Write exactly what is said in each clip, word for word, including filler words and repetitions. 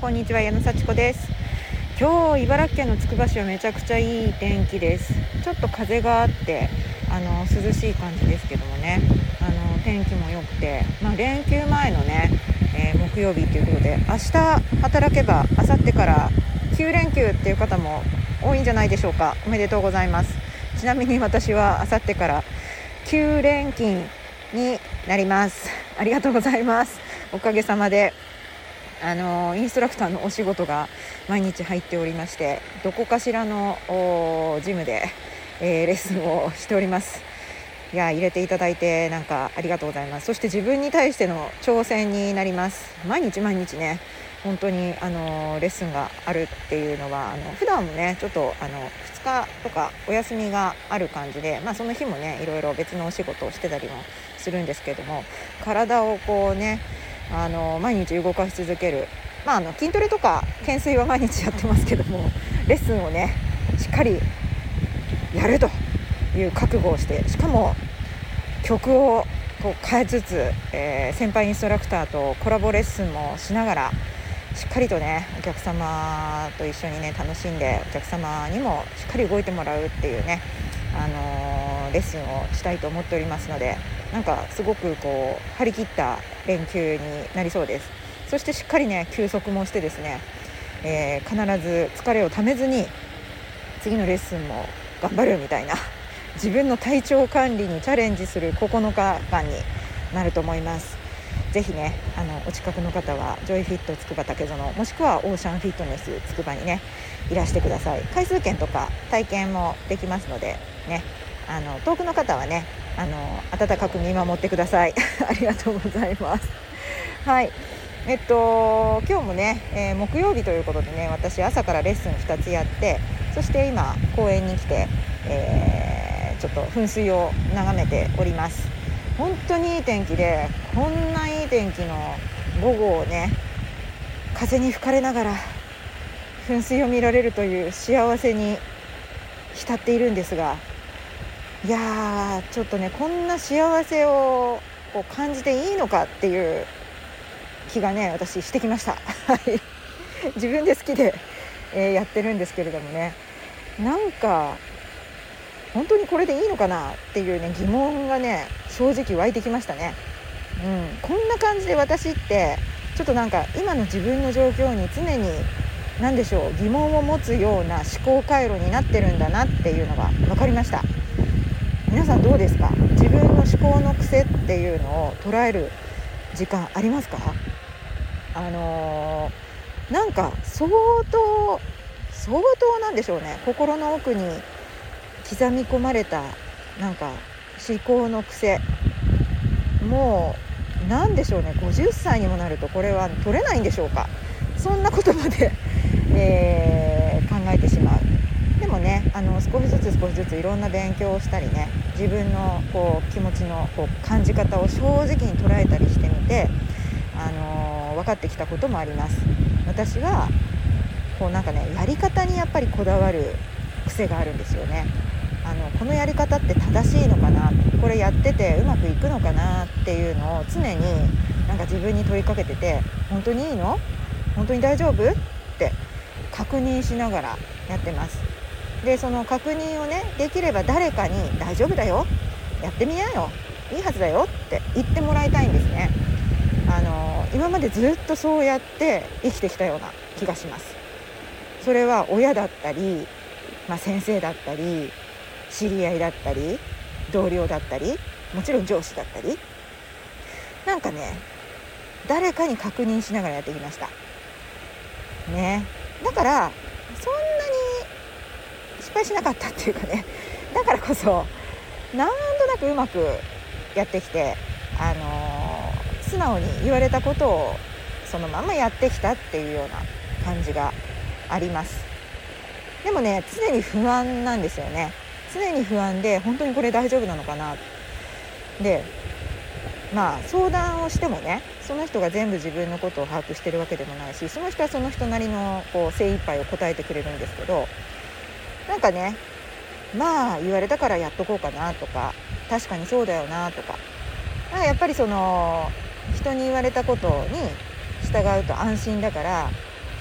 こんにちは、矢野幸子です。今日茨城県のつくば市はめちゃくちゃいい天気です。ちょっと風があってあの涼しい感じですけどもね、あの天気も良くて、まあ、連休前のね、えー、木曜日ということで、明日働けば明後日からきゅう連休っていう方も多いんじゃないでしょうか。おめでとうございます。ちなみに私は明後日からきゅう連勤になります。ありがとうございます。おかげさまであのインストラクターのお仕事が毎日入っておりまして、どこかしらのジムで、えー、レッスンをしております。いや入れていただいてなんかありがとうございます。そして自分に対しての挑戦になります。毎日毎日ね本当にあのレッスンがあるっていうのは、あの普段もねちょっとあのふつかとかお休みがある感じで、まあ、その日もねいろいろ別のお仕事をしてたりもするんですけども、体をこうねあの毎日動かし続ける、まあ、あの筋トレとか懸垂は毎日やってますけども、レッスンをねしっかりやるという覚悟をして、しかも曲をこう変えつつ、えー、先輩インストラクターとコラボレッスンもしながらしっかりとねお客様と一緒にね楽しんで、お客様にもしっかり動いてもらうっていうね、あのー、レッスンをしたいと思っておりますので、なんかすごくこう張り切った連休になりそうです。そしてしっかりね休息もしてですね、えー、必ず疲れをためずに次のレッスンも頑張るみたいな自分の体調管理にチャレンジするここのかかんになると思います。ぜひねあのお近くの方はジョイフィットつくば竹園、もしくはオーシャンフィットネスつくばにねいらしてください。回数券とか体験もできますのでね、あの遠くの方はねあの温かく見守ってくださいありがとうございます。はい、えっと今日もね、えー、木曜日ということでね、私朝からレッスンふたつやって、そして今公園に来て、えー、ちょっと噴水を眺めております。本当にいい天気で、こんないい天気の午後をね風に吹かれながら噴水を見られるという幸せに浸っているんですが、いやーちょっとねこんな幸せをこう感じていいのかっていう気がね私してきました自分で好きで、えー、やってるんですけれどもね、なんか本当にこれでいいのかなっていうね疑問がね正直湧いてきましたね。うん、こんな感じで私ってちょっとなんか今の自分の状況に常に何でしょう疑問を持つような思考回路になってるんだなっていうのが分かりました。皆さんどうですか？自分の思考の癖っていうのを捉える時間ありますか？あのー、なんか相当相当なんでしょうね、心の奥に刻み込まれたなんか思考の癖、もうなんでしょうね、ごじゅっさいにもなるとこれは取れないんでしょうか。そんなことまで、えー、考えてしまう。でもねあの少しずつ少しずついろんな勉強をしたりね、自分のこう気持ちのこう感じ方を正直に捉えたりしてみて、あのー、分かってきたこともあります。私はこうなんかねやり方にやっぱりこだわる癖があるんですよね。あのこのやり方って正しいのかな、これやっててうまくいくのかなっていうのを常になんか自分に問いかけてて、本当にいいの？本当に大丈夫？って確認しながらやってます。でその確認をねできれば誰かに大丈夫だよ、やってみなよ、いいはずだよって言ってもらいたいんですね。あの今までずっとそうやって生きてきたような気がします。それは親だったり、まあ、先生だったり知り合いだったり同僚だったりもちろん上司だったり、なんかね誰かに確認しながらやってきましたね。だからそんなに失敗しなかったっていうかね、だからこそなんとなくうまくやってきて、あのー、素直に言われたことをそのままやってきたっていうような感じがあります。でもね常に不安なんですよね。常に不安で本当にこれ大丈夫なのかな。でまあ相談をしてもねその人が全部自分のことを把握してるわけでもないし、その人はその人なりのこう精一杯を答えてくれるんですけど、なんかねまあ言われたからやっとこうかなとか、確かにそうだよなとか、やっぱりその人に言われたことに従うと安心だから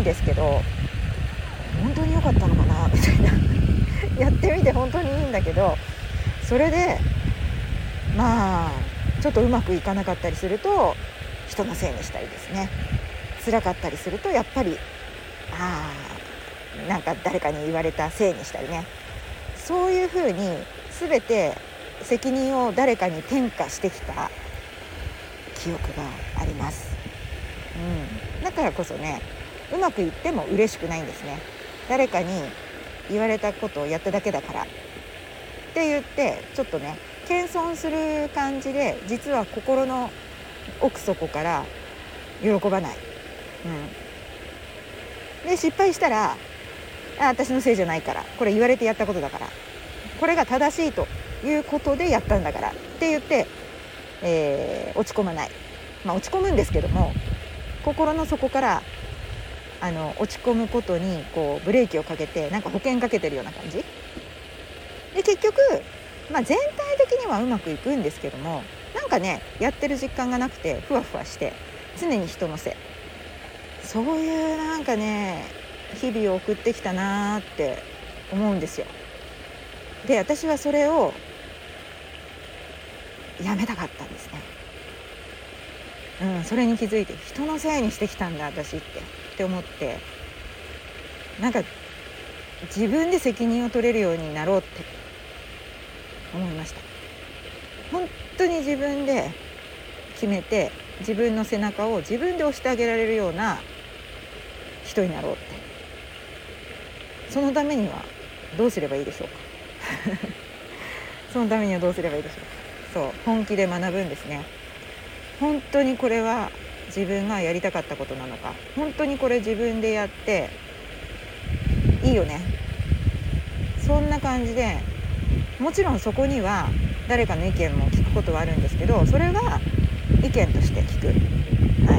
んですけど、本当に良かったのかなみたいなやってみて本当にいいんだけど、それでまあちょっとうまくいかなかったりすると人のせいにしたりですね、辛かったりするとやっぱりああなんか誰かに言われたせいにしたりね、そういうふうに全て責任を誰かに転嫁してきた記憶があります、うん、だからこそね、うまくいっても嬉しくないんですね。誰かに言われたことをやっただけだからって言ってちょっとね謙遜する感じで、実は心の奥底から喜ばない、うん、で失敗したらあ私のせいじゃないから、これ言われてやったことだから、これが正しいということでやったんだからって言って、えー、落ち込まない、まあ、落ち込むんですけども、心の底からあの落ち込むことにこうブレーキをかけて、なんか保険かけてるような感じで、結局、まあ、全体的にはうまくいくんですけども、なんかねやってる実感がなくてふわふわして常に人のせい、そういうなんかね日々を送ってきたなって思うんですよ。で私はそれをやめたかったんですね、うん、それに気づいて、人のせいにしてきたんだ私ってって思って、なんか自分で責任を取れるようになろうって思いました。本当に自分で決めて、自分の背中を自分で押してあげられるような人になろうって。そのためにはどうすればいいでしょうかそのためにはどうすればいいでしょうか。そう本気で学ぶんですね。本当にこれは自分がやりたかったことなのか、本当にこれ自分でやっていいよね、そんな感じで、もちろんそこには誰かの意見も聞くことはあるんですけど、それは意見として聞く、はい、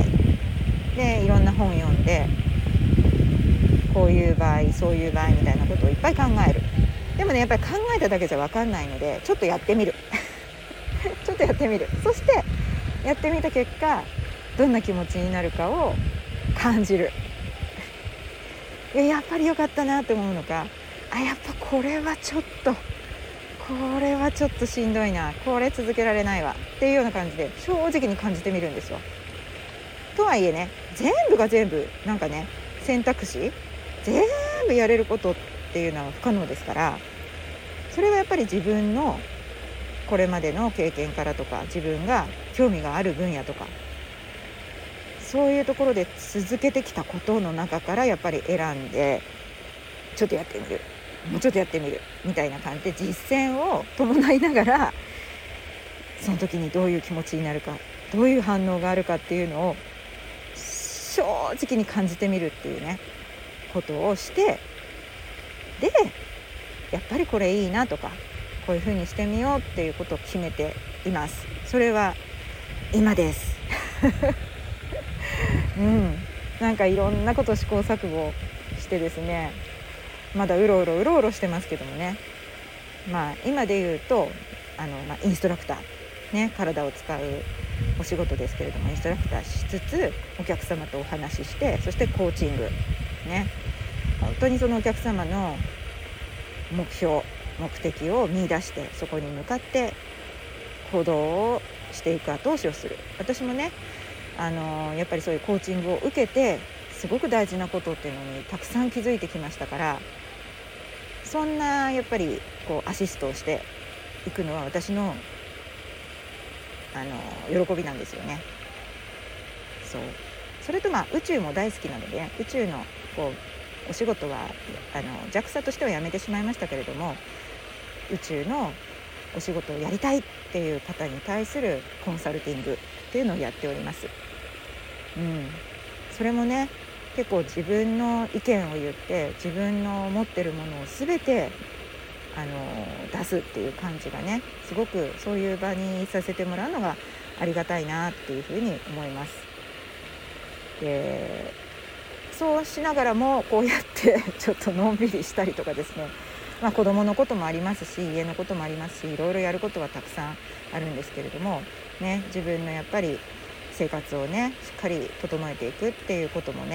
でいろんな本読んで、こういう場合そういう場合みたいなことをいっぱい考える。でもねやっぱり考えただけじゃ分かんないので、ちょっとやってみるちょっとやってみる。そしてやってみた結果どんな気持ちになるかを感じる。いや、やっぱり良かったなって思うのか、あやっぱこれはちょっとこれはちょっとしんどいな、これ続けられないわっていうような感じで正直に感じてみるんですよ。とはいえね、全部が全部なんかね選択肢全部やれることっていうのは不可能ですから、それはやっぱり自分のこれまでの経験からとか、自分が興味がある分野とか、そういうところで続けてきたことの中からやっぱり選んで、ちょっとやってみる、もうちょっとやってみるみたいな感じで実践を伴いながら、その時にどういう気持ちになるか、どういう反応があるかっていうのを正直に感じてみるっていうねことをして、でやっぱりこれいいなとか、こういう風にしてみようっていうことを決めています。それは今ですうん、なんかいろんなこと試行錯誤してですね、まだうろうろうろうろしてますけどもね、まあ今で言うとあの、まあ、インストラクターね、体を使うお仕事ですけれども、インストラクターしつつお客様とお話しして、そしてコーチングね、本当にそのお客様の目標目的を見出して、そこに向かって行動をしていく後押しをする。私もねあのやっぱりそういうコーチングを受けて、すごく大事なことっていうのにたくさん気づいてきましたから、そんなやっぱりこうアシストをしていくのは私のあの喜びなんですよね。そうそれとまあ宇宙も大好きなので、ね、宇宙のこうお仕事はあの ジャクサ としては辞めてしまいましたけれども、宇宙のお仕事をやりたいっていう方に対するコンサルティングっていうのをやっております。うん、それもね結構自分の意見を言って、自分の持ってるものを全てあの出すっていう感じがね、すごくそういう場にさせてもらうのがありがたいなっていうふうに思います。でそうしながらもこうやってちょっとのんびりしたりとかですね、まあ、子供のこともありますし、家のこともありますし、いろいろやることはたくさんあるんですけれども、ね、自分のやっぱり生活をねしっかり整えていくっていうこともね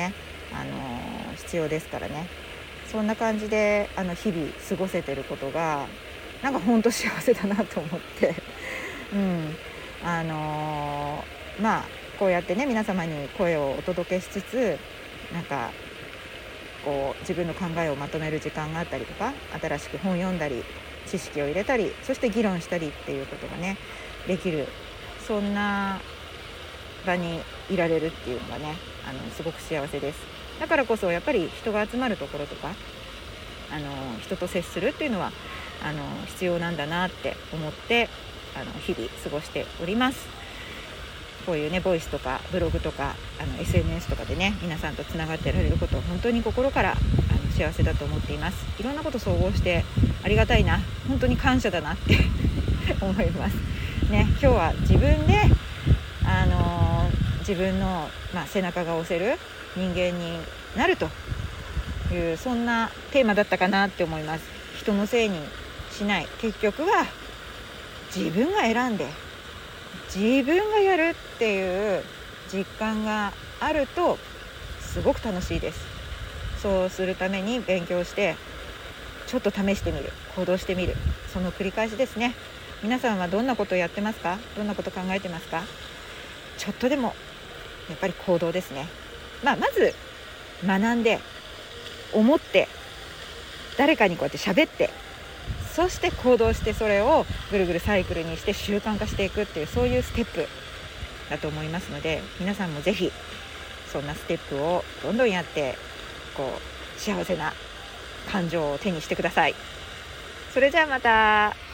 あの必要ですからね。そんな感じであの日々過ごせてることがなんか本当幸せだなと思ってうんあのー、まあこうやってね皆様に声をお届けしつつなんかこう自分の考えをまとめる時間があったりとか新しく本読んだり知識を入れたりそして議論したりっていうことがねできるそんな場にいられるっていうのがねあのすごく幸せです。だからこそやっぱり人が集まるところとかあの人と接するっていうのはあの必要なんだなって思ってあの日々過ごしております。こういうねボイスとかブログとかあの エスエヌエス とかでね皆さんとつながってられることを本当に心からあの幸せだと思っています。いろんなこと総合してありがたいな本当に感謝だなって思いますね。今日は自分であの自分の、まあ、背中が押せる人間になるというそんなテーマだったかなって思います。人のせいにしない結局は自分が選んで自分がやるっていう実感があるとすごく楽しいです。そうするために勉強してちょっと試してみる行動してみるその繰り返しですね。皆さんはどんなことをやってますか？どんなこと考えてますか？ちょっとでもやっぱり行動ですね。まあ、まず学んで思って誰かにこうやって喋ってそして行動してそれをぐるぐるサイクルにして習慣化していくっていうそういうステップだと思いますので皆さんもぜひそんなステップをどんどんやってこう幸せな感情を手にしてください。それじゃあまた。